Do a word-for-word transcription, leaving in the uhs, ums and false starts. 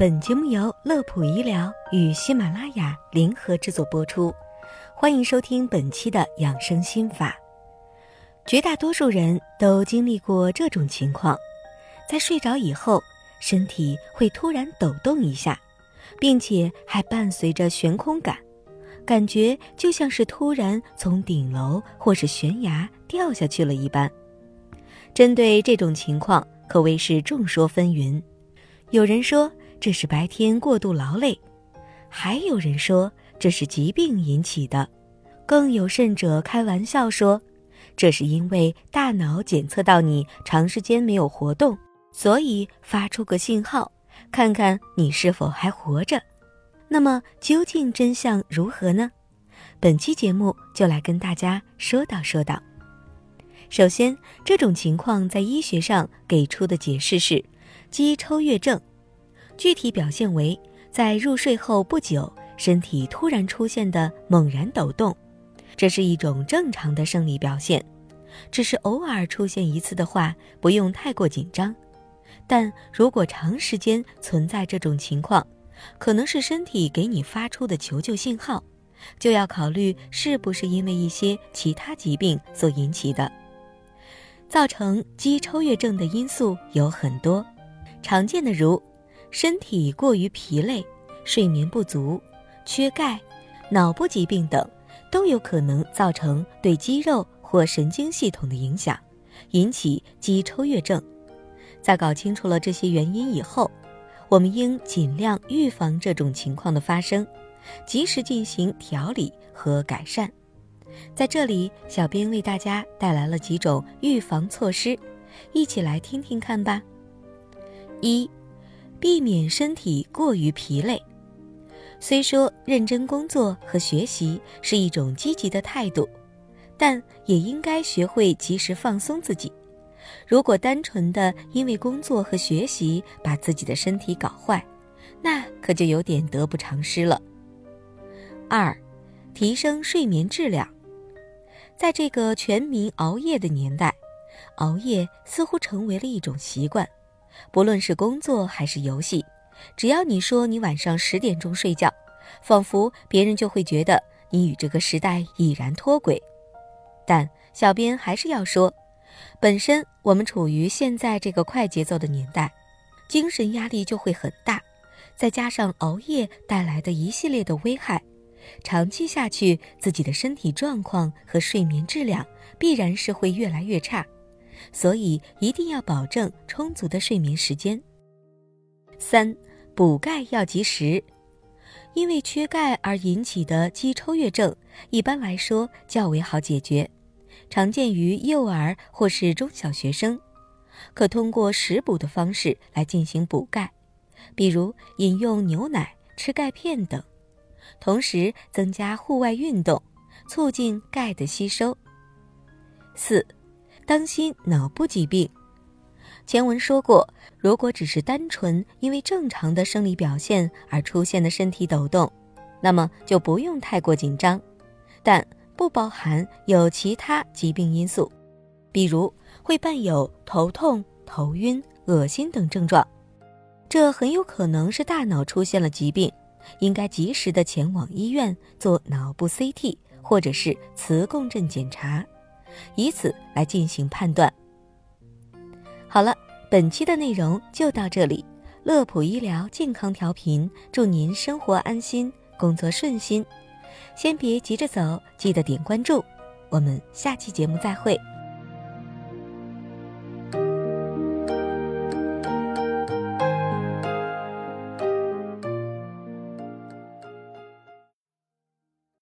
本节目由乐普医疗与喜马拉雅联合制作播出，欢迎收听本期的养生心法。绝大多数人都经历过这种情况，在睡着以后，身体会突然抖动一下，并且还伴随着悬空感，感觉就像是突然从顶楼或是悬崖掉下去了一般。针对这种情况，可谓是众说纷纭。有人说这是白天过度劳累，还有人说这是疾病引起的，更有甚者开玩笑说，这是因为大脑检测到你长时间没有活动，所以发出个信号，看看你是否还活着。那么究竟真相如何呢？本期节目就来跟大家说道说道。首先，这种情况在医学上给出的解释是肌抽跃症，具体表现为在入睡后不久，身体突然出现的猛然抖动，这是一种正常的生理表现，只是偶尔出现一次的话，不用太过紧张。但如果长时间存在这种情况，可能是身体给你发出的求救信号，就要考虑是不是因为一些其他疾病所引起的。造成肌抽跃症的因素有很多，常见的如身体过于疲累、睡眠不足、缺钙、脑部疾病等，都有可能造成对肌肉或神经系统的影响，引起肌抽跃症。在搞清楚了这些原因以后，我们应尽量预防这种情况的发生，及时进行调理和改善。在这里，小编为大家带来了几种预防措施，一起来听听看吧。一、避免身体过于疲累。虽说认真工作和学习是一种积极的态度，但也应该学会及时放松自己。如果单纯的因为工作和学习把自己的身体搞坏，那可就有点得不偿失了。二、提升睡眠质量。在这个全民熬夜的年代，熬夜似乎成为了一种习惯，不论是工作还是游戏，只要你说你晚上十点钟睡觉，仿佛别人就会觉得你与这个时代已然脱轨。但小编还是要说，本身我们处于现在这个快节奏的年代，精神压力就会很大，再加上熬夜带来的一系列的危害，长期下去，自己的身体状况和睡眠质量必然是会越来越差，所以一定要保证充足的睡眠时间。三、补钙要及时。因为缺钙而引起的肌抽跃症，一般来说较为好解决，常见于幼儿或是中小学生，可通过食补的方式来进行补钙，比如饮用牛奶、吃钙片等，同时增加户外运动，促进钙的吸收。四、当心脑部疾病。前文说过，如果只是单纯因为正常的生理表现而出现的身体抖动，那么就不用太过紧张，但不包含有其他疾病因素，比如会伴有头痛、头晕、恶心等症状，这很有可能是大脑出现了疾病，应该及时的前往医院做脑部 C T 或者是磁共振检查，以此来进行判断。好了，本期的内容就到这里。乐普医疗健康调频，祝您生活安心，工作顺心。先别急着走，记得点关注，我们下期节目再会。